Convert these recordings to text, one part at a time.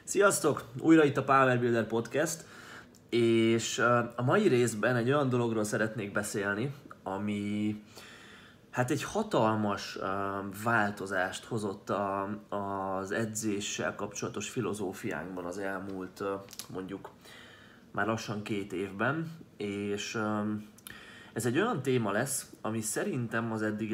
Sziasztok! Újra itt a Power Builder Podcast, és a mai részben egy olyan dologról szeretnék beszélni, ami hát egy hatalmas változást hozott az edzéssel kapcsolatos filozófiánkban az elmúlt mondjuk már lassan 2 évben, és ez egy olyan téma lesz, ami szerintem az eddigi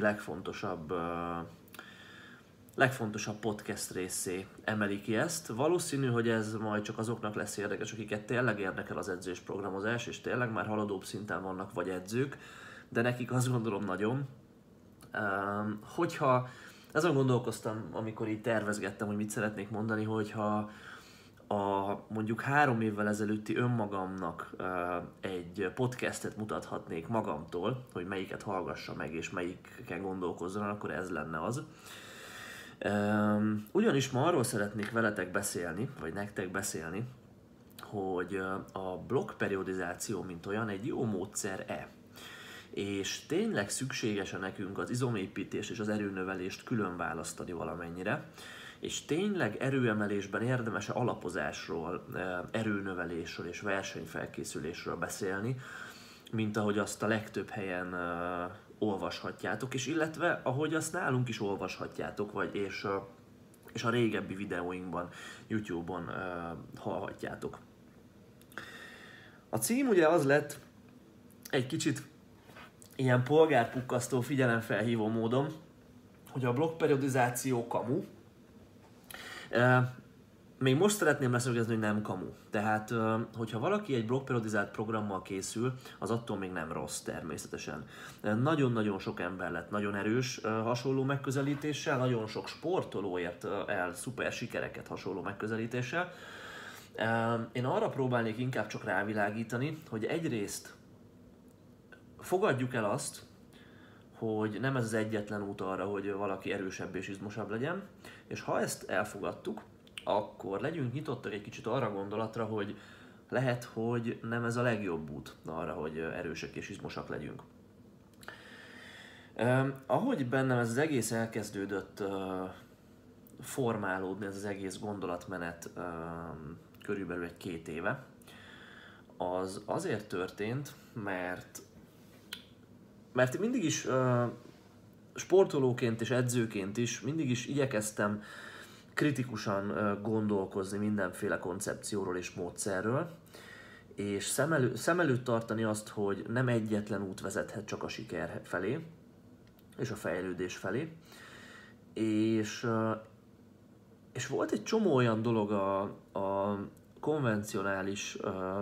legfontosabb podcast részé emeli ki ezt. Valószínű, hogy ez majd csak azoknak lesz érdekes, akiket tényleg érdekel az edzésprogramozás, és tényleg már haladóbb szinten vannak vagy edzők, de nekik azt gondolom nagyon. Hogyha azon gondolkoztam, amikor így tervezgettem, hogy mit szeretnék mondani, hogyha mondjuk 3 évvel ezelőtti önmagamnak egy podcastet mutathatnék magamtól, hogy melyiket hallgassa meg és melyiken gondolkozzon, akkor ez lenne az. Ugyanis ma arról szeretnék veletek beszélni, vagy nektek beszélni, hogy a blokkperiodizáció mint olyan egy jó módszer-e. És tényleg szükséges-e nekünk az izomépítést és az erőnövelést külön választani valamennyire, és tényleg erőemelésben érdemes-e alapozásról, erőnövelésről és versenyfelkészülésről beszélni, mint ahogy azt a legtöbb helyen olvashatjátok, és illetve ahogy azt nálunk is olvashatjátok, és a régebbi videóinkban, YouTube-on hallhatjátok. A cím ugye az lett egy kicsit ilyen polgárpukkasztó, figyelemfelhívó módon, hogy a blokkperiodizáció kamu. Még most szeretném leszögezni, hogy nem kamu. Tehát, hogyha valaki egy blokkperiodizált programmal készül, az attól még nem rossz természetesen. Nagyon-nagyon sok ember lett nagyon erős hasonló megközelítéssel, nagyon sok sportoló ért el szuper sikereket hasonló megközelítéssel. Én arra próbálnék inkább csak rávilágítani, hogy egyrészt fogadjuk el azt, hogy nem ez az egyetlen út arra, hogy valaki erősebb és izmosabb legyen, és ha ezt elfogadtuk, akkor legyünk nyitottak egy kicsit arra a gondolatra, hogy lehet, hogy nem ez a legjobb út arra, hogy erősek és izmosak legyünk. Ahogy bennem ez az egész elkezdődött formálódni, ez az egész gondolatmenet körülbelül 2 éve, az azért történt, mert mindig is sportolóként és edzőként is mindig is igyekeztem kritikusan gondolkozni mindenféle koncepcióról és módszerről, és szem előtt tartani azt, hogy nem egyetlen út vezethet csak a siker felé, és a fejlődés felé. És volt egy csomó olyan dolog a konvencionális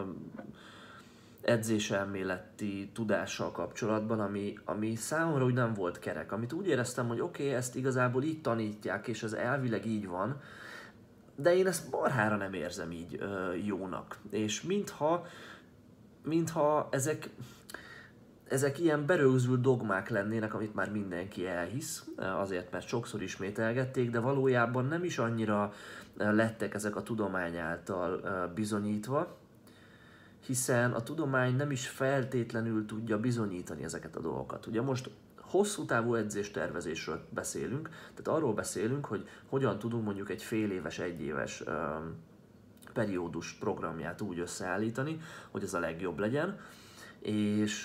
edzéselméleti tudással kapcsolatban, ami számomra úgy nem volt kerek, amit úgy éreztem, hogy oké, ezt igazából így tanítják, és ez elvileg így van, de én ezt marhára nem érzem így jónak. És mintha ezek ilyen berögzült dogmák lennének, amit már mindenki elhisz, azért, mert sokszor ismételgették, de valójában nem is annyira lettek ezek a tudomány által bizonyítva, hiszen a tudomány nem is feltétlenül tudja bizonyítani ezeket a dolgokat. Ugye most hosszú távú edzéstervezésről beszélünk, tehát arról beszélünk, hogy hogyan tudunk mondjuk egy fél éves, 1 éves periódus programját úgy összeállítani, hogy ez a legjobb legyen. És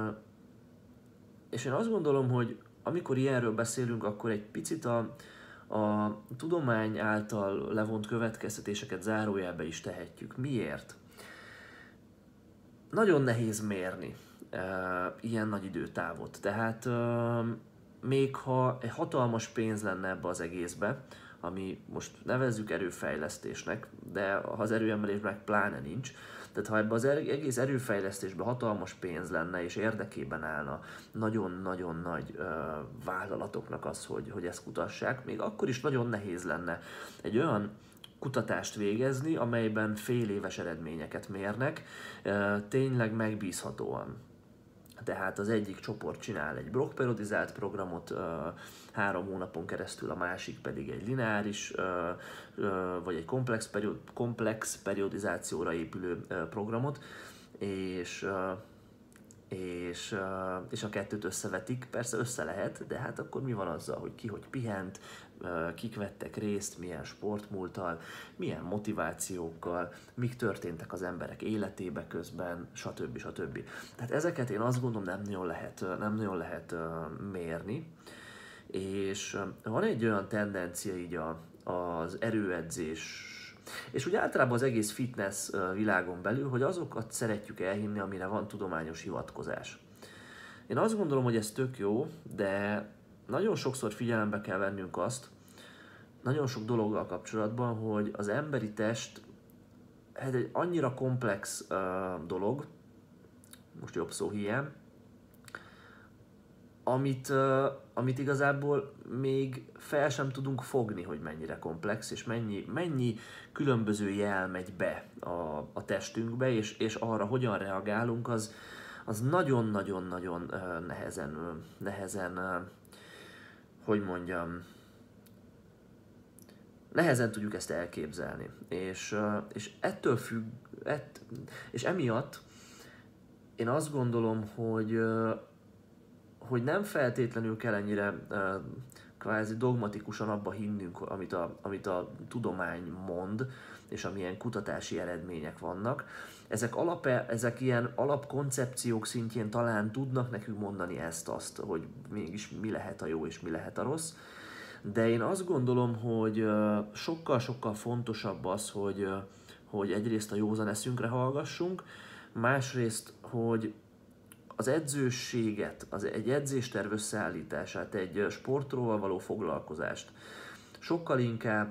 én azt gondolom, hogy amikor ilyenről beszélünk, akkor egy picit a tudomány által levont következtetéseket zárójelbe is tehetjük. Miért? Nagyon nehéz mérni ilyen nagy időtávot. Tehát még ha egy hatalmas pénz lenne ebbe az egészbe, ami most nevezzük erőfejlesztésnek, de az erőemelésben meg pláne nincs, tehát ha ebbe az egész erőfejlesztésben hatalmas pénz lenne és érdekében állna nagyon-nagyon nagy vállalatoknak az, hogy ezt kutassák, még akkor is nagyon nehéz lenne egy olyan kutatást végezni, amelyben fél éves eredményeket mérnek, tényleg megbízhatóan. Tehát az egyik csoport csinál egy blokkperiodizált programot 3 hónapon keresztül, a másik pedig egy lineáris vagy egy komplex periodizációra épülő programot, és és a kettőt összevetik. Persze össze lehet, de hát akkor mi van azzal, hogy ki hogy pihent, kik vettek részt, milyen sportmúlttal, milyen motivációkkal, mik történtek az emberek életébe közben, stb. Stb. Tehát ezeket én azt gondolom nem nagyon lehet mérni, és van egy olyan tendencia így az erőedzés, és úgy általában az egész fitness világon belül, hogy azokat szeretjük elhinni, amire van tudományos hivatkozás. Én azt gondolom, hogy ez tök jó, de nagyon sokszor figyelembe kell vennünk azt, nagyon sok dologgal kapcsolatban, hogy az emberi test hát egy annyira komplex dolog, most jobb szó hiány, amit igazából még fel sem tudunk fogni, hogy mennyire komplex, és mennyi különböző jel megy be a testünkbe, és arra hogyan reagálunk, az nagyon-nagyon-nagyon nehezen, hogy mondjam, nehezen tudjuk ezt elképzelni. És ettől függ, és emiatt én azt gondolom, hogy nem feltétlenül kell ennyire kvázi dogmatikusan abba hinnünk, amit a tudomány mond, és amilyen kutatási eredmények vannak. Ezek ilyen alapkoncepciók szintjén talán tudnak nekünk mondani ezt-azt, hogy mégis mi lehet a jó és mi lehet a rossz. De én azt gondolom, hogy sokkal-sokkal fontosabb az, hogy egyrészt a józan eszünkre hallgassunk, másrészt, hogy az edzőséget, egy edzésterv összeállítását, egy sportról való foglalkozást sokkal inkább,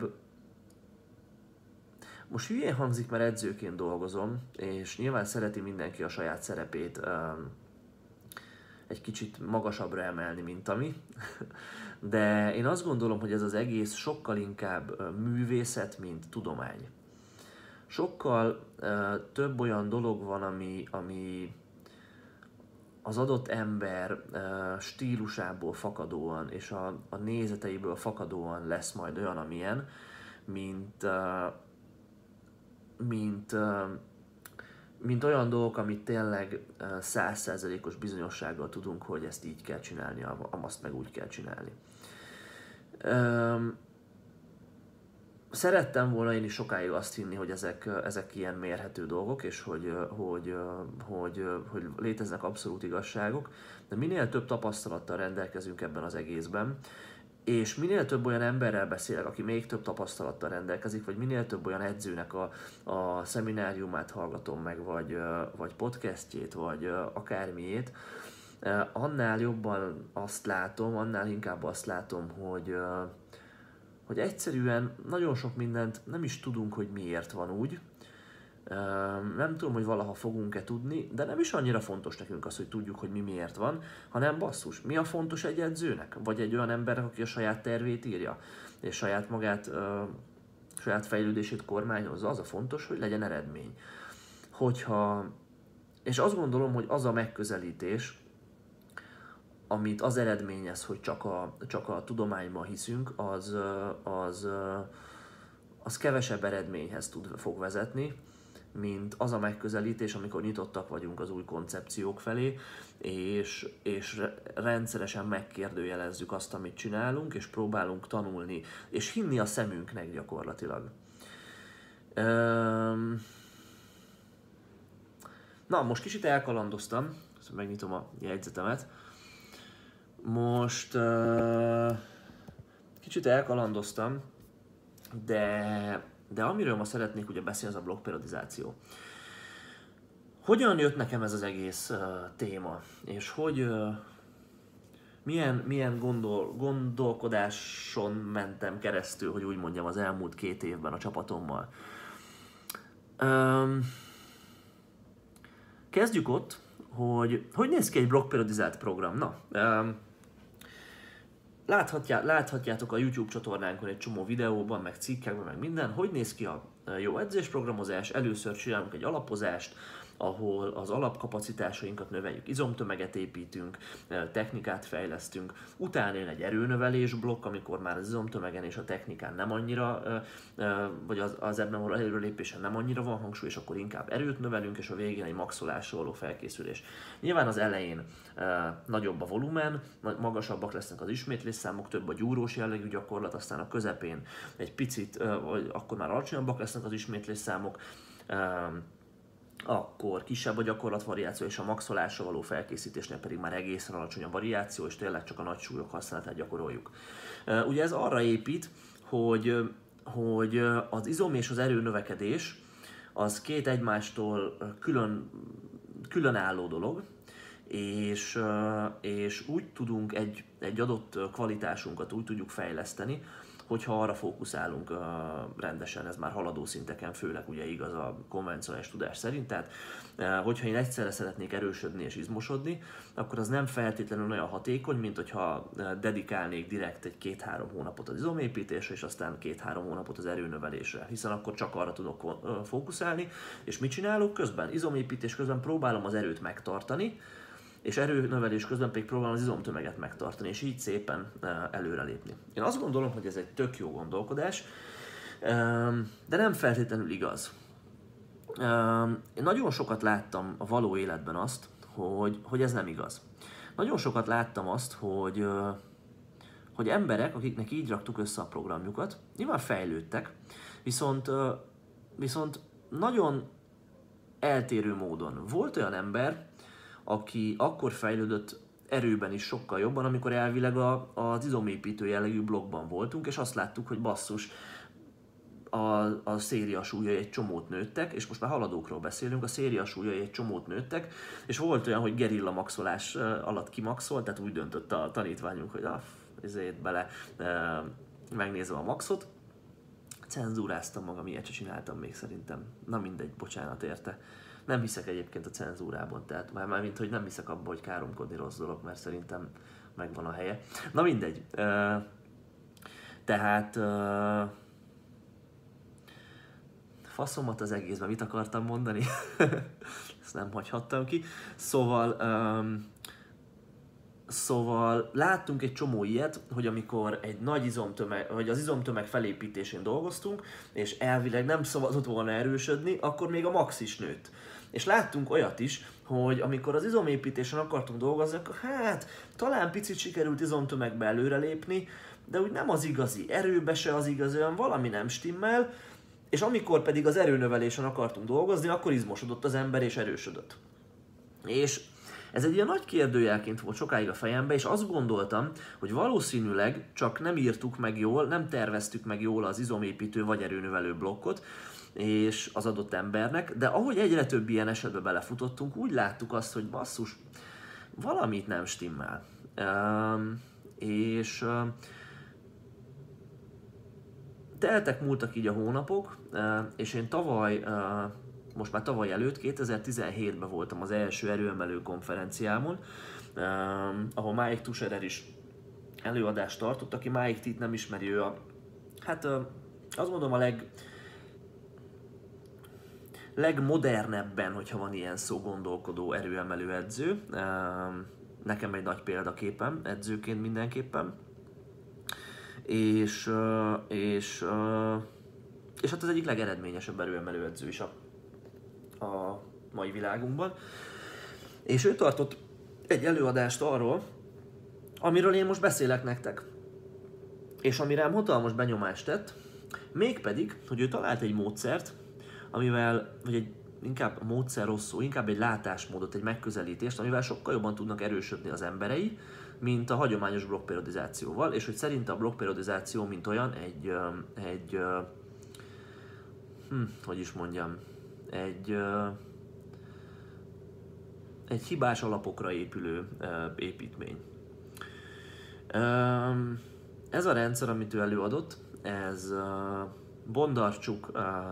most hülyén hangzik, mert edzőként dolgozom, és nyilván szereti mindenki a saját szerepét egy kicsit magasabbra emelni, mint ami, de én azt gondolom, hogy ez az egész sokkal inkább művészet, mint tudomány. Sokkal több olyan dolog van, ami az adott ember stílusából fakadóan és a nézeteiből fakadóan lesz majd olyan, amilyen, mint olyan dolgok, amit tényleg 100%-os bizonyossággal tudunk, hogy ezt így kell csinálni, azt meg úgy kell csinálni. Szerettem volna én is sokáig azt hinni, hogy ezek ilyen mérhető dolgok, és hogy léteznek abszolút igazságok, de minél több tapasztalattal rendelkezünk ebben az egészben, és minél több olyan emberrel beszélek, aki még több tapasztalattal rendelkezik, vagy minél több olyan edzőnek a szemináriumát hallgatom meg, vagy podcastjét, vagy akármiét, annál jobban annál inkább azt látom, hogy egyszerűen nagyon sok mindent nem is tudunk, hogy miért van úgy. Nem tudom, hogy valaha fogunk-e tudni, de nem is annyira fontos nekünk az, hogy tudjuk, hogy mi miért van, hanem basszus, mi a fontos egy edzőnek? Vagy egy olyan embernek, aki a saját tervét írja, és saját fejlődését kormányozza, az a fontos, hogy legyen eredmény. És azt gondolom, hogy az a megközelítés, amit az eredményez, hogy csak a tudományban hiszünk, az kevesebb eredményhez fog vezetni, mint az a megközelítés, amikor nyitottak vagyunk az új koncepciók felé, és rendszeresen megkérdőjelezzük azt, amit csinálunk, és próbálunk tanulni, és hinni a szemünknek gyakorlatilag. Na, most kicsit elkalandoztam, megnyitom a jegyzetemet. Most kicsit elkalandoztam, de amiről ma szeretnék ugye beszélni, az a blokkperiodizáció. Hogyan jött nekem ez az egész téma, és hogy milyen gondolkodáson mentem keresztül, hogy úgy mondjam, az elmúlt 2 évben a csapatommal. Kezdjük ott, hogy néz ki egy blokkperiodizált program. Na, láthatjátok a YouTube csatornánkon egy csomó videóban, meg cikkekben, meg minden, hogy néz ki a jó edzésprogramozás. Először csinálunk egy alapozást, ahol az alapkapacitásainkat növeljük, izomtömeget építünk, technikát fejlesztünk, utána jön egy erőnövelés blokk, amikor már az izomtömegen és a technikán nem annyira, vagy az ebben való előrelépésen nem annyira van hangsúly, és akkor inkább erőt növelünk, és a végén egy maxolásra való felkészülés. Nyilván az elején nagyobb a volumen, magasabbak lesznek az ismétlésszámok, több a gyúrós jellegű gyakorlat, aztán a közepén egy picit, vagy akkor már alacsonyabbak lesznek az ismétlésszámok, akkor kisebb a gyakorlatvariáció, és a maxolásra való felkészítésnél pedig már egészen alacsony a variáció, és tényleg csak a nagy súlyok használatát gyakoroljuk. Ugye ez arra épít, hogy az izom és az erő növekedés az két egymástól különálló dolog, és úgy tudunk egy adott kvalitásunkat úgy tudjuk fejleszteni, hogyha arra fókuszálunk rendesen, ez már haladó szinteken főleg ugye igaz a konvencionális tudás szerint, tehát hogyha én egyszerre szeretnék erősödni és izmosodni, akkor az nem feltétlenül olyan hatékony, mint hogyha dedikálnék direkt egy 2-3 hónapot az izomépítésre, és aztán 2-3 hónapot az erőnövelésre, hiszen akkor csak arra tudok fókuszálni, és mit csinálok közben? Izomépítés közben próbálom az erőt megtartani, és erőnövelés közben pedig próbálom az izomtömeget megtartani, és így szépen előrelépni. Én azt gondolom, hogy ez egy tök jó gondolkodás, de nem feltétlenül igaz. Én nagyon sokat láttam a való életben azt, hogy ez nem igaz. Nagyon sokat láttam azt, hogy emberek, akiknek így raktuk össze a programjukat, nyilván fejlődtek, viszont nagyon eltérő módon. Volt olyan ember, aki akkor fejlődött erőben is sokkal jobban, amikor elvileg az izomépítő jellegű blokkban voltunk, és azt láttuk, hogy basszus, a széria súlyai egy csomót nőttek, és most már haladókról beszélünk, a széria súlyai egy csomót nőttek, és volt olyan, hogy gerilla maxolás alatt kimaxolt, tehát úgy döntött a tanítványunk, hogy ezért bele megnézem a maxot. Cenzúráztam magam, ilyet se csináltam még szerintem. Na mindegy, bocsánat érte. Nem hiszek egyébként a cenzúrában, tehát már mint hogy nem hiszek abba, hogy káromkodni rossz dolog, mert szerintem megvan a helye. Na mindegy. Tehát faszomat az egészben, mit akartam mondani? Ezt nem hagyhattam ki. Szóval láttunk egy csomó ilyet, hogy amikor egy nagy izomtömeg, vagy az izomtömeg felépítésén dolgoztunk, és elvileg nem szabadott volna erősödni, akkor még a max is nőtt. És láttunk olyat is, hogy amikor az izomépítésen akartunk dolgozni, akkor talán picit sikerült izomtömegbe előrelépni, de úgy nem az igazi, erőbe se az igazi, olyan valami nem stimmel, és amikor pedig az erőnövelésen akartunk dolgozni, akkor izmosodott az ember és erősödött. És ez egy ilyen nagy kérdőjelként volt sokáig a fejembe, és azt gondoltam, hogy valószínűleg csak nem írtuk meg jól, nem terveztük meg jól az izomépítő vagy erőnövelő blokkot, és az adott embernek, de ahogy egyre több ilyen esetbe belefutottunk, úgy láttuk azt, hogy basszus, valamit nem stimmel. Múltak így a hónapok, és én most már tavaly előtt, 2017-ben voltam az első erőemelő konferenciámon, ahol Mike Tusherer is előadást tartott, aki Mike T-t nem ismeri, ő azt mondom a legmodernebben, hogyha van ilyen szó, gondolkodó erőemelő edző. Nekem egy nagy példaképem, edzőként mindenképpen. És hát az egyik legeredményesebb erőemelő edző is a mai világunkban. És ő tartott egy előadást arról, amiről én most beszélek nektek. És ami rám hatalmas benyomást tett, mégpedig, hogy ő talált egy módszert, inkább a módszer rossz szó, inkább egy látásmódot, egy megközelítést, amivel sokkal jobban tudnak erősödni az emberei, mint a hagyományos blokkperiodizációval, és hogy szerinte a blokkperiodizáció, mint olyan, egy hibás alapokra épülő építmény. Ez a rendszer, amit ő előadott, ez Bondarchuk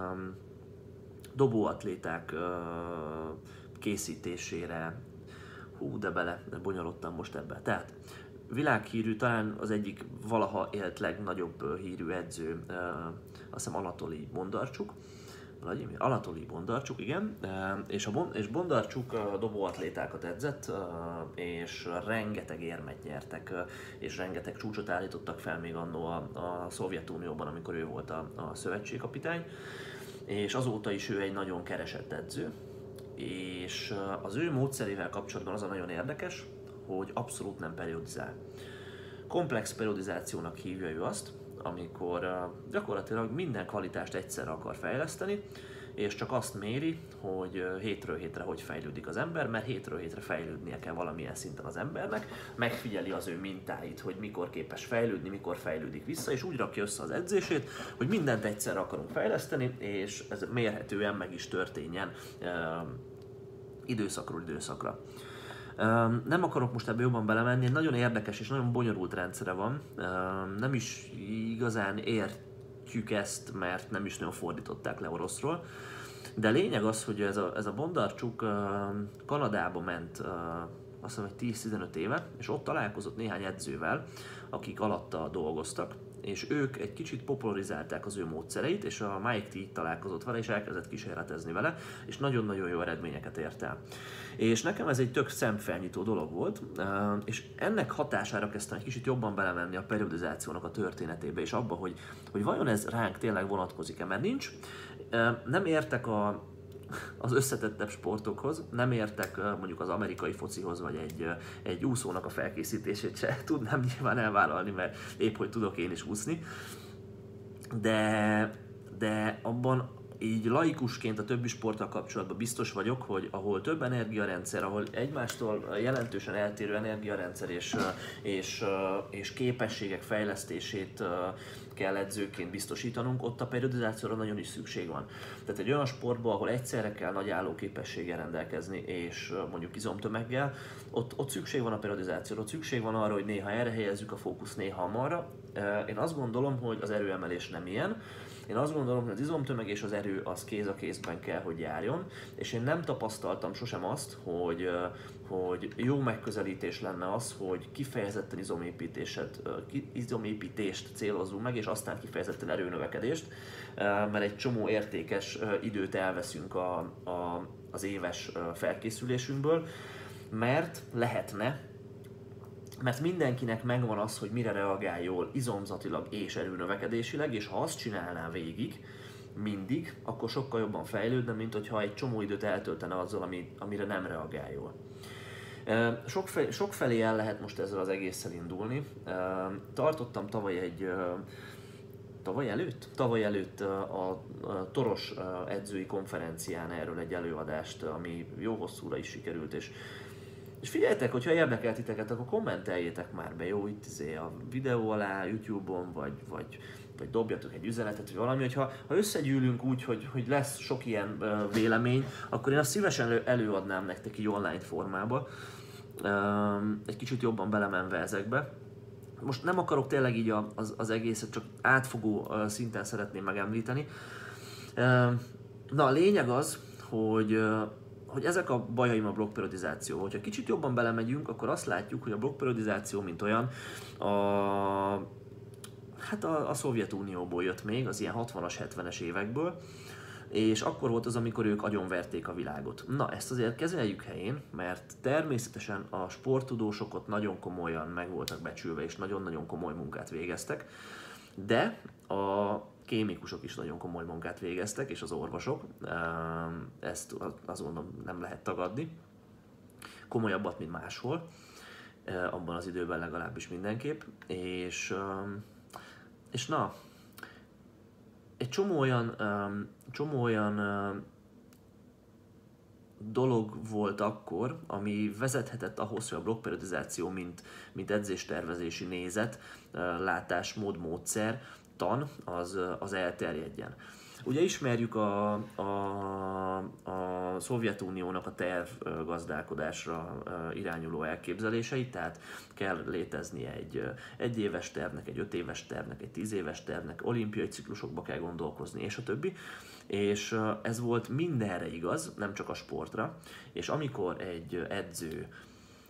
dobóatléták készítésére, de bonyolodtam most ebbe. Tehát világhírű, talán az egyik valaha élt legnagyobb hírű edző, azt hiszem Anatoli Bondarchuk, Anatolij Bondarcsuk, igen, és Bondarcsuk dobóatlétákat edzett, és rengeteg érmet nyertek, és rengeteg csúcsot állítottak fel még annó a Szovjetunióban, amikor ő volt a szövetségkapitány, és azóta is ő egy nagyon keresett edző, és az ő módszerével kapcsolatban az a nagyon érdekes, hogy abszolút nem periodizál. Komplex periodizációnak hívja ő azt, amikor gyakorlatilag minden kvalitást egyszerre akar fejleszteni, és csak azt méri, hogy hétről hétre hogy fejlődik az ember, mert hétről hétre fejlődnie kell valamilyen szinten az embernek, megfigyeli az ő mintáit, hogy mikor képes fejlődni, mikor fejlődik vissza, és úgy rakja össze az edzését, hogy mindent egyszerre akarunk fejleszteni, és ez mérhetően meg is történjen időszakról időszakra. Nem akarok most ebbe jobban belemenni, egy nagyon érdekes és nagyon bonyolult rendszere van. Nem is igazán értjük ezt, mert nem is nagyon fordították le oroszról. De lényeg az, hogy ez a Bondarcsuk Kanadába ment, azt hiszem, hogy 10-15 éve, és ott találkozott néhány edzővel, akik alatta dolgoztak, és ők egy kicsit popularizálták az ő módszereit, és a Mike T találkozott vele, és elkezdett kísérletezni vele, és nagyon-nagyon jó eredményeket ért el. És nekem ez egy tök szemfelnyitó dolog volt, és ennek hatására kezdtem egy kicsit jobban belemenni a periodizációnak a történetébe, és abba, hogy vajon ez ránk tényleg vonatkozik-e, mert nincs. Nem értek az összetettebb sportokhoz, nem értek mondjuk az amerikai focihoz, vagy egy úszónak a felkészítését se tudnám nyilván elvállalni, mert épp hogy tudok én is úszni, de abban így laikusként a többi sporttal kapcsolatban biztos vagyok, hogy ahol több energiarendszer, ahol egymástól jelentősen eltérő energiarendszer és képességek fejlesztését kell edzőként biztosítanunk, ott a periodizációra nagyon is szükség van. Tehát egy olyan sportban, ahol egyszerre kell nagy állóképességgel rendelkezni, és mondjuk izomtömeggel, ott szükség van a periodizációra, ott szükség van arra, hogy néha erre helyezzük a fókusz, néha arra. Én azt gondolom, hogy az erőemelés nem ilyen. Én azt gondolom, hogy az izomtömeg és az erő az kéz a kézben kell, hogy járjon, és én nem tapasztaltam sosem azt, hogy jó megközelítés lenne az, hogy kifejezetten izomépítést célozzunk meg, és aztán kifejezetten erőnövekedést, mert egy csomó értékes időt elveszünk az éves felkészülésünkből, mert mindenkinek megvan az, hogy mire reagál jól izomzatilag és erőnövekedésileg, és ha azt csinálná végig, mindig, akkor sokkal jobban fejlődne, mint hogyha egy csomó időt eltöltene azzal, amire nem reagál jól. Sokfelé el lehet most ezzel az egésszel indulni. Tartottam tavaly előtt a Toros edzői konferencián erről egy előadást, ami jó hosszúra is sikerült, és figyeljetek, hogyha érdekel titeket, akkor kommenteljétek már be, jó, itt a videó alá, YouTube-on, vagy dobjatok egy üzenetet, vagy valami, hogyha összegyűlünk úgy, hogy lesz sok ilyen vélemény, akkor én azt szívesen előadnám nektek így online formába, egy kicsit jobban belemenve ezekbe. Most nem akarok tényleg így az egészet, csak átfogó szinten szeretném megemlíteni. Na, a lényeg az, hogy ezek a bajaim a blokkperiodizáció. Hogyha kicsit jobban belemegyünk, akkor azt látjuk, hogy a blokkperiodizáció mint olyan a Szovjetunióból jött még, az ilyen 60-as, 70-es évekből, és akkor volt az, amikor ők agyonverték a világot. Na, ezt azért kezeljük helyén, mert természetesen a sporttudósok ott nagyon komolyan meg voltak becsülve, és nagyon-nagyon komoly munkát végeztek, de a kémikusok is nagyon komoly munkát végeztek, és az orvosok, ezt azt mondom, nem lehet tagadni, komolyabbat, mint máshol, abban az időben legalábbis mindenképp, és na, egy csomó olyan dolog volt akkor, ami vezethetett ahhoz, hogy a blokkperiodizáció, mint edzéstervezési nézet, látásmód, módszer, az elterjedjen. Ugye ismerjük a Szovjetuniónak a tervgazdálkodásra irányuló elképzeléseit, tehát kell létezni egy éves tervnek, egy 5 éves tervnek, egy 10 éves tervnek, olimpiai ciklusokba kell gondolkozni, és a többi. És ez volt mindenre igaz, nem csak a sportra, és amikor egy edző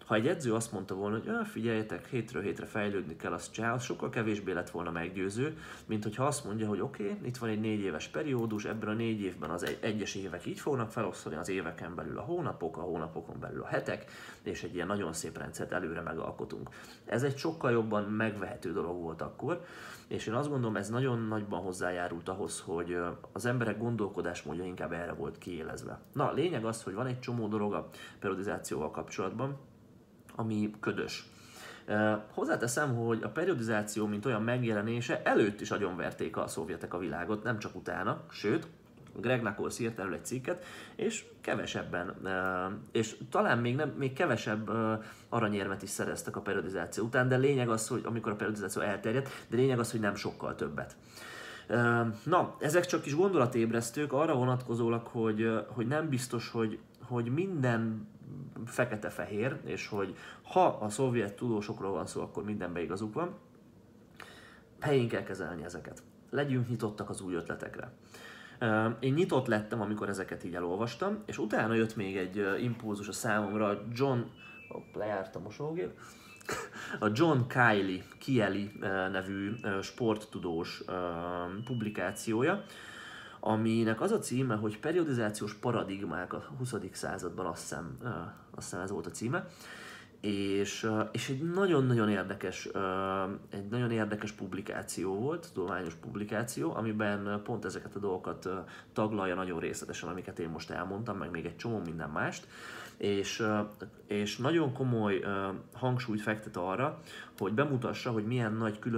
Ha egy edző azt mondta volna, hogy figyeljetek, hétről hétre fejlődni kell, az csinál, az sokkal kevésbé lett volna meggyőző, mint hogyha azt mondja, hogy oké, itt van egy 4 éves periódus, ebben a 4 évben az egyes évek így fognak felosztani, az éveken belül a hónapok, a hónapokon belül a hetek, és egy ilyen nagyon szép rendszert előre megalkotunk. Ez egy sokkal jobban megvehető dolog volt akkor, és én azt gondolom, ez nagyon nagyban hozzájárult ahhoz, hogy az emberek gondolkodásmódja inkább erre volt kiélezve. Na, lényeg az, hogy van egy csomó dolog a periodizációval kapcsolatban, ami ködös. Hozzáteszem, hogy a periodizáció, mint olyan megjelenése előtt is agyonverték a szovjetek a világot, nem csak utána, sőt, Greg Nuckols írt erről egy cikket, és kevesebben, és talán még kevesebb aranyérmet is szereztek a periodizáció után, de lényeg az, hogy amikor a periodizáció elterjedt, de lényeg az, hogy nem sokkal többet. Na, ezek csak kis gondolatébresztők arra vonatkozólag, hogy nem biztos, hogy minden fekete-fehér, és hogy ha a szovjet tudósokról van szó, akkor mindenben igazuk van. Helyén kell kezelni ezeket. Legyünk nyitottak az új ötletekre. Én nyitott lettem, amikor ezeket így elolvastam, és utána jött még egy impulzus a számomra, lejárt a mosógép, a John Kiely nevű sporttudós publikációja, aminek az a címe, hogy periodizációs paradigmák a 20. században, azt hiszem ez volt a címe, és egy nagyon-nagyon érdekes publikáció volt, tudományos publikáció, amiben pont ezeket a dolgokat taglalja nagyon részletesen, amiket én most elmondtam, meg még egy csomó minden mást, és nagyon komoly hangsúlyt fektet arra, hogy bemutassa, hogy milyen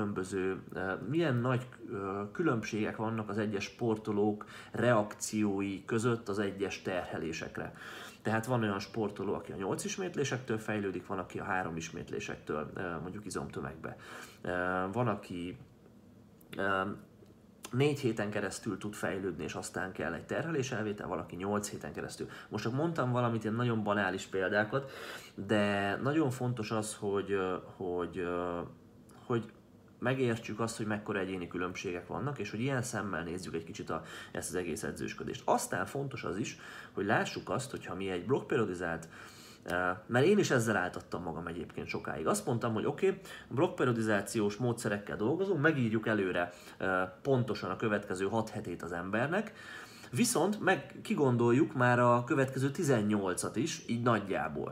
nagy különbségek vannak az egyes sportolók reakciói között az egyes terhelésekre. Tehát van olyan sportoló, aki a 8 ismétlésektől fejlődik, van, aki a 3 ismétlésektől, mondjuk izomtömegbe. Van, aki 4 héten keresztül tud fejlődni, és aztán kell egy terheléselvétel, valaki 8 héten keresztül. Most csak mondtam valamit, ilyen nagyon banális példákat, de nagyon fontos az, hogy megértsük azt, hogy mekkora egyéni különbségek vannak, és hogy ilyen szemmel nézzük egy kicsit ezt az egész edzősködést. Aztán fontos az is, hogy lássuk azt, hogyha mi egy blokkperiodizált, mert én is ezzel álltattam magam egyébként sokáig. Azt mondtam, hogy oké, blokkperiodizációs módszerekkel dolgozunk, megírjuk előre pontosan a következő 6 hetét az embernek, viszont kigondoljuk már a következő 18-at is, így nagyjából.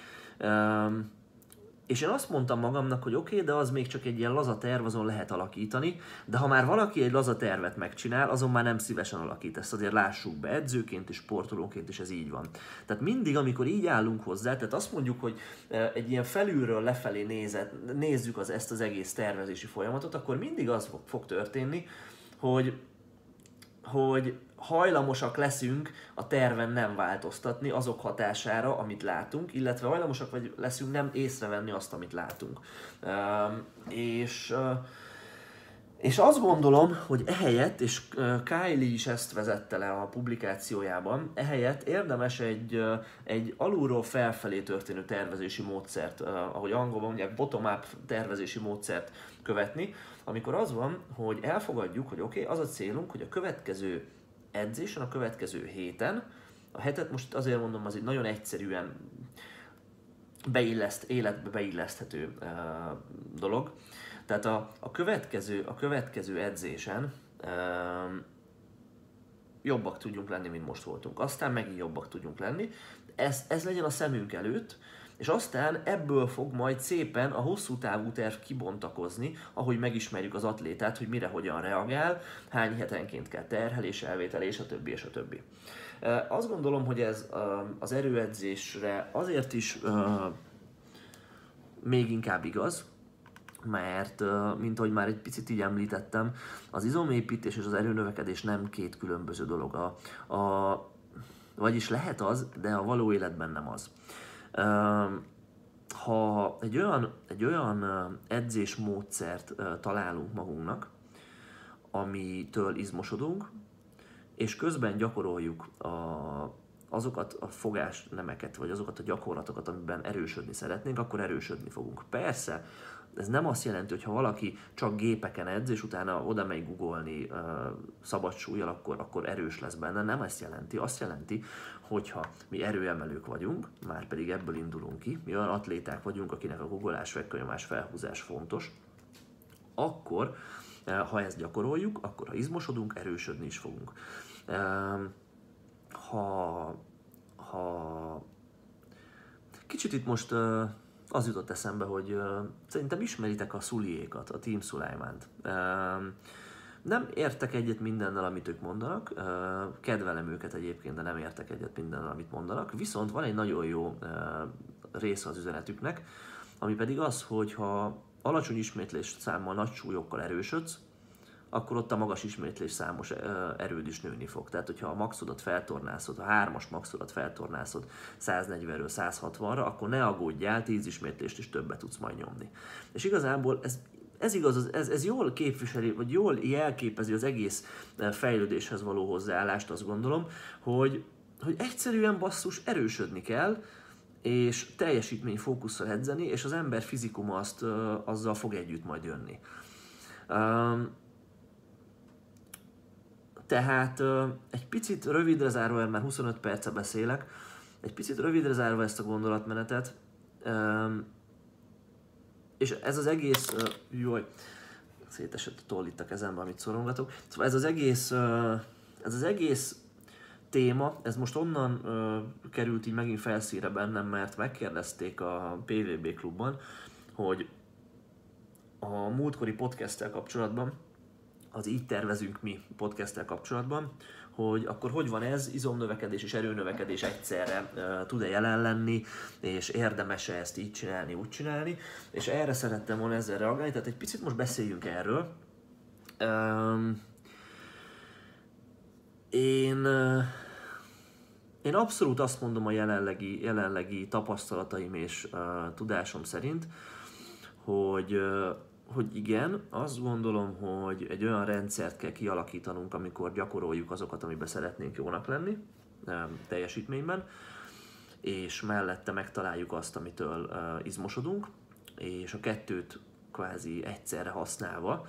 És én azt mondtam magamnak, hogy oké, de az még csak egy ilyen laza terv, azon lehet alakítani, de ha már valaki egy laza tervet megcsinál, azon már nem szívesen alakít. Ezt azért lássuk be, edzőként és sportolóként is ez így van. Tehát mindig, amikor így állunk hozzá, tehát azt mondjuk, hogy egy ilyen felülről lefelé nézzük ezt az egész tervezési folyamatot, akkor mindig az fog történni, hogy hajlamosak leszünk a terven nem változtatni azok hatására, amit látunk, illetve hajlamosak leszünk nem észrevenni azt, amit látunk. És azt gondolom, hogy ehelyett, és Kylie is ezt vezette le a publikációjában, ehelyett érdemes egy alulról felfelé történő tervezési módszert, ahogy angolban mondják, bottom-up tervezési módszert követni, amikor az van, hogy elfogadjuk, hogy oké, az a célunk, hogy a következő edzésen, a következő héten, a hetet most azért mondom, az egy nagyon egyszerűen életbe beilleszthető dolog. Tehát a következő edzésen jobbak tudjunk lenni, mint most voltunk. Aztán megint jobbak tudjunk lenni. Ez legyen a szemünk előtt, és aztán ebből fog majd szépen a hosszú távú terv kibontakozni, ahogy megismerjük az atlétát, hogy mire hogyan reagál, hány hetenként kell terhelés, elvétel, és a többi, és a többi. Azt gondolom, hogy ez az erőedzésre azért is még inkább igaz, mert, mint ahogy már egy picit így említettem, az izomépítés és az erőnövekedés nem két különböző dolog. Vagyis lehet az, de a való életben nem az. Ha egy olyan edzésmódszert találunk magunknak, amitől izmosodunk, és közben gyakoroljuk azokat a fogásnemeket, vagy azokat a gyakorlatokat, amiben erősödni szeretnénk, akkor erősödni fogunk. Persze, ez nem azt jelenti, hogy ha valaki csak gépeken edz, és utána oda megy googolni szabad súllyal, akkor erős lesz benne. Nem ezt jelenti. Azt jelenti, hogyha mi erőemelők vagyunk, már pedig ebből indulunk ki, mi olyan atléták vagyunk, akinek a googolás, vekkanyomás, felhúzás fontos, akkor, ha ezt gyakoroljuk, akkor ha izmosodunk, erősödni is fogunk. Ha kicsit itt most az jutott eszembe, hogy szerintem ismeritek a Szuliékat, a Team Sulaimánt. Nem értek egyet mindennel, amit ők mondanak, kedvelem őket egyébként, de nem értek egyet mindennel, amit mondanak, viszont van egy nagyon jó része az üzenetüknek, ami pedig az, hogy ha alacsony ismétlés számmal, nagy súlyokkal erősödsz, akkor ott a magas ismétlés számos erőd is nőni fog. Tehát, hogyha a maxodat feltornászod, a 3-as maxodat feltornászod 140-ről 160-ra, akkor ne aggódjál, 10 ismétlést is többet tudsz majd nyomni. És igazából ez igaz, ez jól képviseli, vagy jól jelképezi az egész fejlődéshez való hozzáállást, azt gondolom, hogy egyszerűen basszus erősödni kell, és teljesítményfókusszal edzeni, és az ember fizikuma azzal fog együtt majd jönni. Tehát egy picit rövidre zárva, mert 25 perce beszélek, egy picit rövidre zárva ezt a gondolatmenetet, és ez az egész, szétesett a toll itt a kezembe, amit szorongatok, szóval ez az egész téma, ez most onnan került így megint felszínre bennem, mert megkérdezték a PVB klubban, hogy a múltkori podcasttel kapcsolatban, az Így tervezünk mi podcasttel kapcsolatban, hogy akkor hogy van ez, izomnövekedés és erőnövekedés egyszerre tud-e jelen lenni, és érdemes-e ezt így csinálni, úgy csinálni, és erre szerettem volna ezzel reagálni, tehát egy picit most beszéljünk erről. Én abszolút azt mondom a jelenlegi tapasztalataim és tudásom szerint, hogy igen, azt gondolom, hogy egy olyan rendszert kell kialakítanunk, amikor gyakoroljuk azokat, amiben szeretnénk jónak lenni, teljesítményben, és mellette megtaláljuk azt, amitől izmosodunk, és a kettőt kvázi egyszerre használva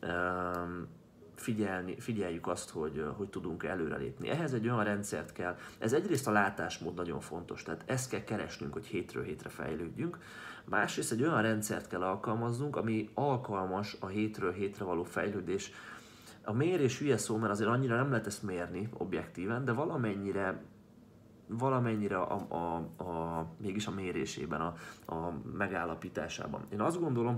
figyeljük azt, hogy tudunk előrelépni. Ehhez egy olyan rendszert kell, ez egyrészt a látásmód nagyon fontos, tehát ezt kell keresnünk, hogy hétről hétre fejlődjünk. Másrészt egy olyan rendszert kell alkalmaznunk, ami alkalmas a hétről hétre való fejlődés. A mérés hülye szó, mert azért annyira nem lehet ezt mérni objektíven, de valamennyire mégis a mérésében, a megállapításában. Én azt gondolom,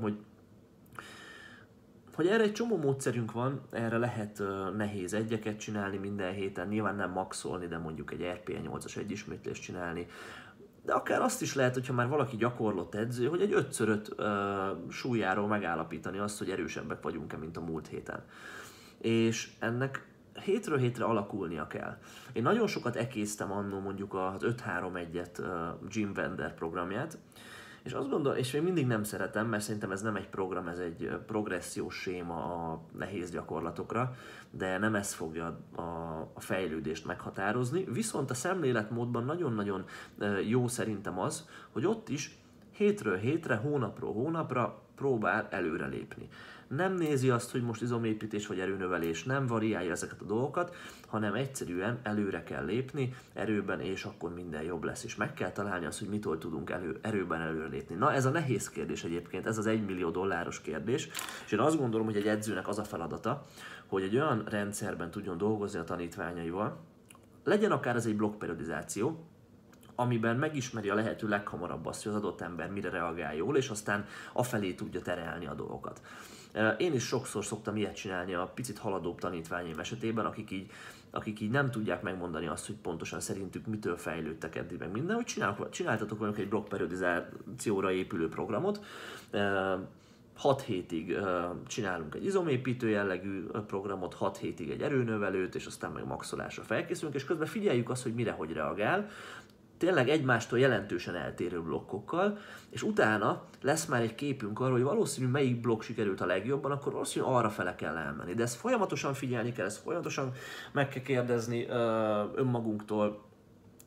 hogy erre egy csomó módszerünk van, erre lehet nehéz egyeket csinálni minden héten, nyilván nem maxolni, de mondjuk egy RPE 8-as egyismétlést csinálni, de akár azt is lehet, hogyha már valaki gyakorlott edző, hogy egy 5x5 súlyáról megállapítani azt, hogy erősebbek vagyunk-e, mint a múlt héten. És ennek hétről hétre alakulnia kell. Én nagyon sokat ekéztem annó mondjuk az 5-3-1-et Jim Wender programját, és azt gondolom, és még mindig nem szeretem, mert szerintem ez nem egy program, ez egy progressziós séma a nehéz gyakorlatokra, de nem ez fogja a fejlődést meghatározni. Viszont a szemléletmódban nagyon-nagyon jó szerintem az, hogy ott is hétről hétre, hónapról hónapra próbál előrelépni. Nem nézi azt, hogy most izomépítés vagy erőnövelés, nem variálja ezeket a dolgokat, hanem egyszerűen előre kell lépni erőben, és akkor minden jobb lesz. És meg kell találni azt, hogy mitől tudunk erőben előrelépni. Na, ez a nehéz kérdés egyébként, ez az $1 millió kérdés, és én azt gondolom, hogy egy edzőnek az a feladata, hogy egy olyan rendszerben tudjon dolgozni a tanítványaival, legyen akár ez egy blokkperiodizáció, amiben megismeri a lehető leghamarabb azt, hogy az adott ember mire reagál jól, és aztán afelé tudja terelni a dolgokat. Én is sokszor szoktam ilyet csinálni a picit haladóbb tanítványaim esetében, akik így nem tudják megmondani azt, hogy pontosan szerintük mitől fejlődtek eddig meg minden, hogy csináltatok velük egy blokkperiodizációra épülő programot, 6 hétig csinálunk egy izomépítő jellegű programot, 6 hétig egy erőnövelőt, és aztán meg maxolásra felkészülünk, és közben figyeljük azt, hogy mire hogy reagál, tényleg egymástól jelentősen eltérő blokkokkal, és utána lesz már egy képünk arról, hogy valószínű melyik blokk sikerült a legjobban, akkor valószínű arra fele kell elmenni. De ezt folyamatosan figyelni kell, ezt folyamatosan meg kell kérdezni önmagunktól,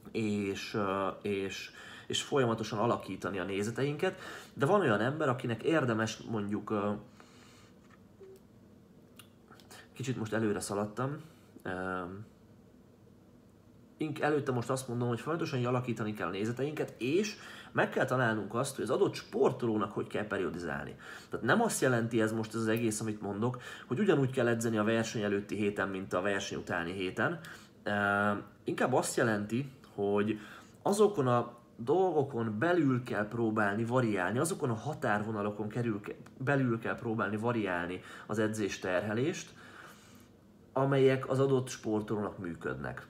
és folyamatosan alakítani a nézeteinket, de van olyan ember, akinek érdemes mondjuk, kicsit most előre szaladtam, előtte most azt mondom, hogy folyamatosan alakítani kell a nézeteinket, és meg kell találnunk azt, hogy az adott sportolónak hogy kell periodizálni. Tehát nem azt jelenti ez most ez az egész, amit mondok, hogy ugyanúgy kell edzeni a verseny előtti héten, mint a verseny utáni héten. Inkább azt jelenti, hogy azokon a dolgokon belül kell próbálni variálni, azokon a határvonalokon belül kell próbálni variálni az edzés terhelést, amelyek az adott sportolónak működnek.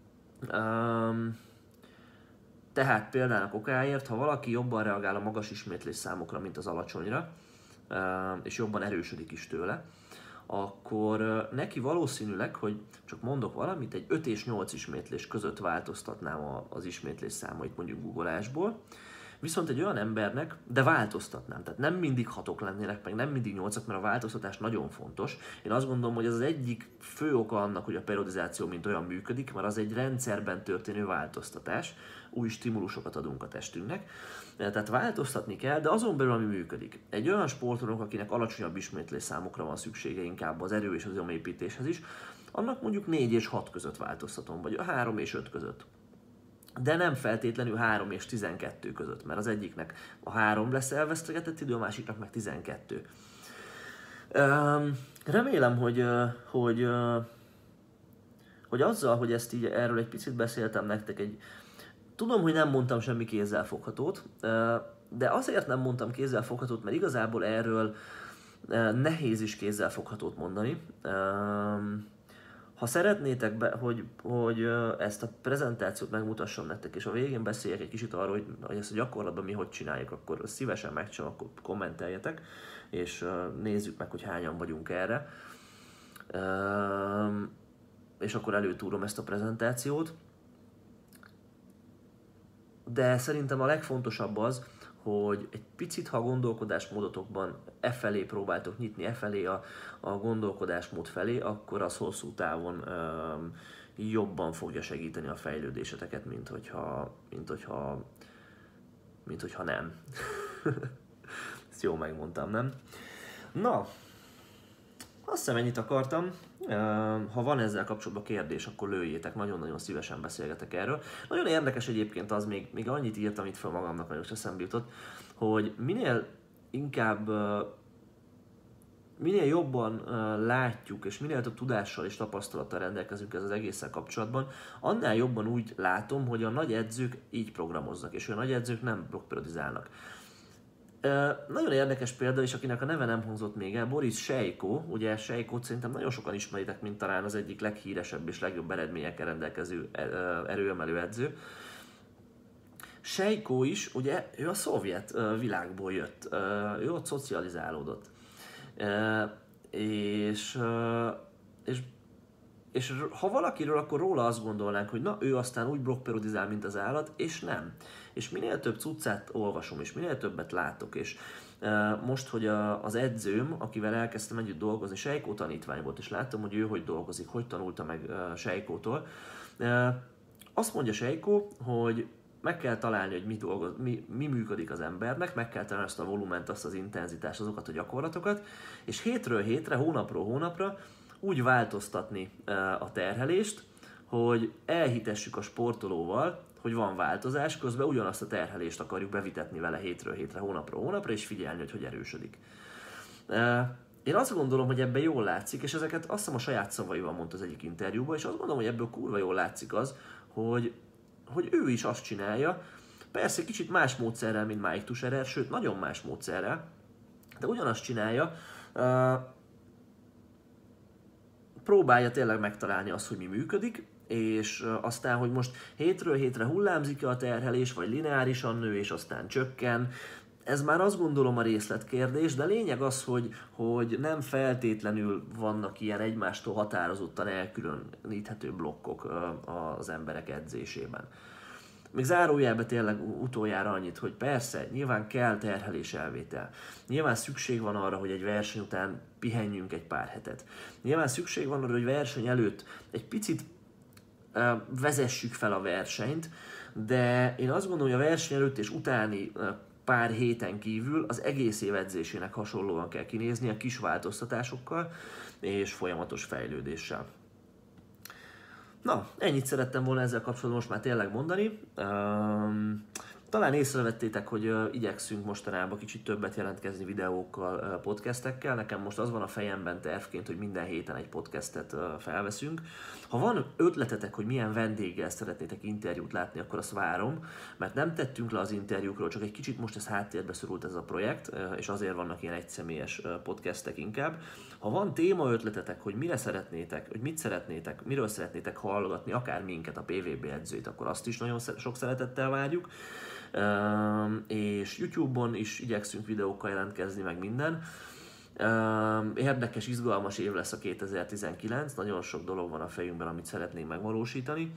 Tehát például okáért, ha valaki jobban reagál a magas ismétlés számokra, mint az alacsonyra, és jobban erősödik is tőle, akkor neki valószínűleg, hogy csak mondok valamit, egy 5 és 8 ismétlés között változtatnám az ismétlés számait mondjuk googolásból, viszont egy olyan embernek, de változtatnám, tehát nem mindig 6-ok lennének, meg nem mindig 8-ak, mert a változtatás nagyon fontos. Én azt gondolom, hogy ez az egyik fő oka annak, hogy a periodizáció mint olyan működik, mert az egy rendszerben történő változtatás, új stimulusokat adunk a testünknek, tehát változtatni kell, de azon belül ami működik. Egy olyan sportolónak, akinek alacsonyabb ismétlésszámokra van szüksége inkább az erő és az izomépítéshez is, annak mondjuk 4 és 6 között változtatom, vagy a 3 és 5 között. De nem feltétlenül 3 és 12 között, mert az egyiknek a 3 lesz elvesztegetett idő, a másiknak meg 12. Remélem, hogy azzal, hogy ezt így erről egy picit beszéltem nektek, tudom, hogy nem mondtam semmi kézzelfoghatót, de azért nem mondtam kézzelfoghatót, mert igazából erről nehéz is kézzelfoghatót mondani. Ha szeretnétek, hogy ezt a prezentációt megmutassam nektek, és a végén beszéljek egy kicsit arról, hogy ezt a gyakorlatban mi hogy csináljuk, akkor szívesen megcsinálom, akkor kommenteljetek, és nézzük meg, hogy hányan vagyunk erre. És akkor előtúrom ezt a prezentációt. De szerintem a legfontosabb az, hogy egy picit, ha a gondolkodásmódotokban felé próbáltok nyitni, felé a gondolkodásmód felé, akkor az hosszú távon jobban fogja segíteni a fejlődéseteket, mint hogyha nem. Ezt jól megmondtam, nem? Na, azt hiszem ennyit akartam. Ha van ezzel kapcsolatban kérdés, akkor lőjétek, nagyon-nagyon szívesen beszélgetek erről. Nagyon érdekes egyébként az, még annyit írtam itt fel magamnak, mert most eszembe jutott, hogy minél jobban látjuk, és minél több tudással és tapasztalattal rendelkezünk ez az egésszel kapcsolatban, annál jobban úgy látom, hogy a nagy edzők így programoznak, és a nagy edzők nem blokkperiodizálnak. Nagyon érdekes példa, és akinek a neve nem hangzott még el, Boris Sejko. Ugye Sejkót szerintem nagyon sokan ismeritek, mint talán az egyik leghíresebb és legjobb eredményekkel rendelkező erőemelő edző. Sejko is, ugye ő a szovjet világból jött, ő ott szocializálódott. És ha valakiről, akkor róla azt gondolnánk, hogy na, ő aztán úgy blokkperiodizál, mint az állat, és nem. És minél több cuccát olvasom, és minél többet látok, és most, hogy az edzőm, akivel elkezdtem együtt dolgozni, Sejko tanítvány volt, és láttam, hogy ő hogy dolgozik, hogy tanulta meg Sejkótól. Azt mondja Sejko, hogy meg kell találni, hogy mi működik az embernek, meg kell találni azt a volument, azt az intenzitást, azokat a gyakorlatokat, és hétről hétre, hónapról hónapra úgy változtatni a terhelést, hogy elhitessük a sportolóval, hogy van változás, közben ugyanazt a terhelést akarjuk bevitetni vele hétről hétre, hónapról hónapra, és figyelni, hogy erősödik. Én azt gondolom, hogy ebben jól látszik, és ezeket azt hiszem a saját szavaival mondta az egyik interjúban, és azt gondolom, hogy ebből kurva jól látszik az, hogy ő is azt csinálja, persze kicsit más módszerrel, mint Mike Tusherer, sőt nagyon más módszerrel, de ugyanazt csinálja, próbálja tényleg megtalálni azt, hogy mi működik, és aztán, hogy most hétről hétre hullámzik-e a terhelés, vagy lineárisan nő, és aztán csökken, ez már azt gondolom a részletkérdés, de lényeg az, hogy nem feltétlenül vannak ilyen egymástól határozottan elkülöníthető blokkok az emberek edzésében. Még zárójelben tényleg utoljára annyit, hogy persze, nyilván kell terheléselvétel. Nyilván szükség van arra, hogy egy verseny után pihenjünk egy pár hetet. Nyilván szükség van arra, hogy verseny előtt egy picit vezessük fel a versenyt, de én azt gondolom, hogy a verseny előtt és utáni pár héten kívül az egész év edzésének hasonlóan kell kinéznie, kis változtatásokkal és folyamatos fejlődéssel. Na, ennyit szerettem volna ezzel kapcsolatban most már tényleg mondani. Talán észrevettétek, hogy igyekszünk mostanában kicsit többet jelentkezni videókkal, podcastekkel. Nekem most az van a fejemben tervként, hogy minden héten egy podcastet felveszünk. Ha van ötletetek, hogy milyen vendéggel szeretnétek interjút látni, akkor azt várom, mert nem tettünk le az interjúkról, csak egy kicsit most ez háttérbe szorult ez a projekt, és azért vannak ilyen egyszemélyes podcastek inkább. Ha van témaötletetek, hogy mire szeretnétek, hogy mit szeretnétek, miről szeretnétek hallgatni, akár minket, a PVB edzőit, akkor azt is nagyon sok szeretettel várjuk. És YouTube-on is igyekszünk videókkal jelentkezni, meg minden. Érdekes, izgalmas év lesz a 2019, nagyon sok dolog van a fejünkben, amit szeretnénk megvalósítani.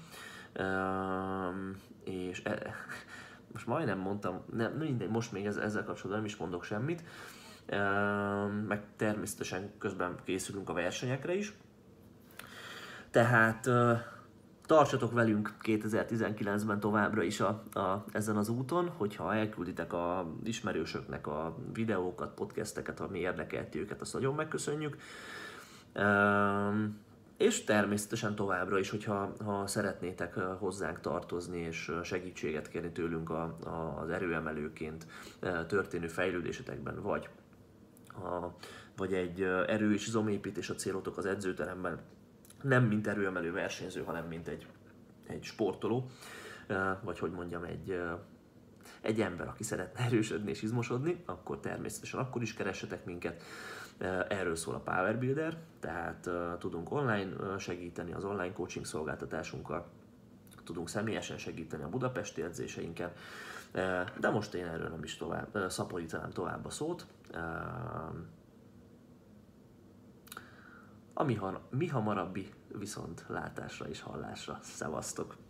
És most majdnem mondtam, nem mindegy, most még ezzel kapcsolatban nem is mondok semmit. Meg természetesen közben készülünk a versenyekre is. Tehát tartsatok velünk 2019-ben továbbra is ezen az úton, hogyha elkülditek az ismerősöknek a videókat, podcasteket, ami érdekelti őket, azt nagyon megköszönjük. És természetesen továbbra is, hogyha szeretnétek hozzánk tartozni és segítséget kérni tőlünk az erőemelőként történő fejlődésetekben, vagy egy erő- és izomépítés a célotok az edzőteremben, nem mint erőemelő versenyző, hanem mint egy sportoló, vagy hogy mondjam, egy ember, aki szeretne erősödni és izmosodni, akkor természetesen akkor is keressetek minket. Erről szól a Power Builder, tehát tudunk online segíteni az online coaching szolgáltatásunkkal, tudunk személyesen segíteni a budapesti edzéseinken, de most én erről nem is szaporítanám tovább a szót. A mi hamarabbi viszontlátásra és hallásra. Szevasztok!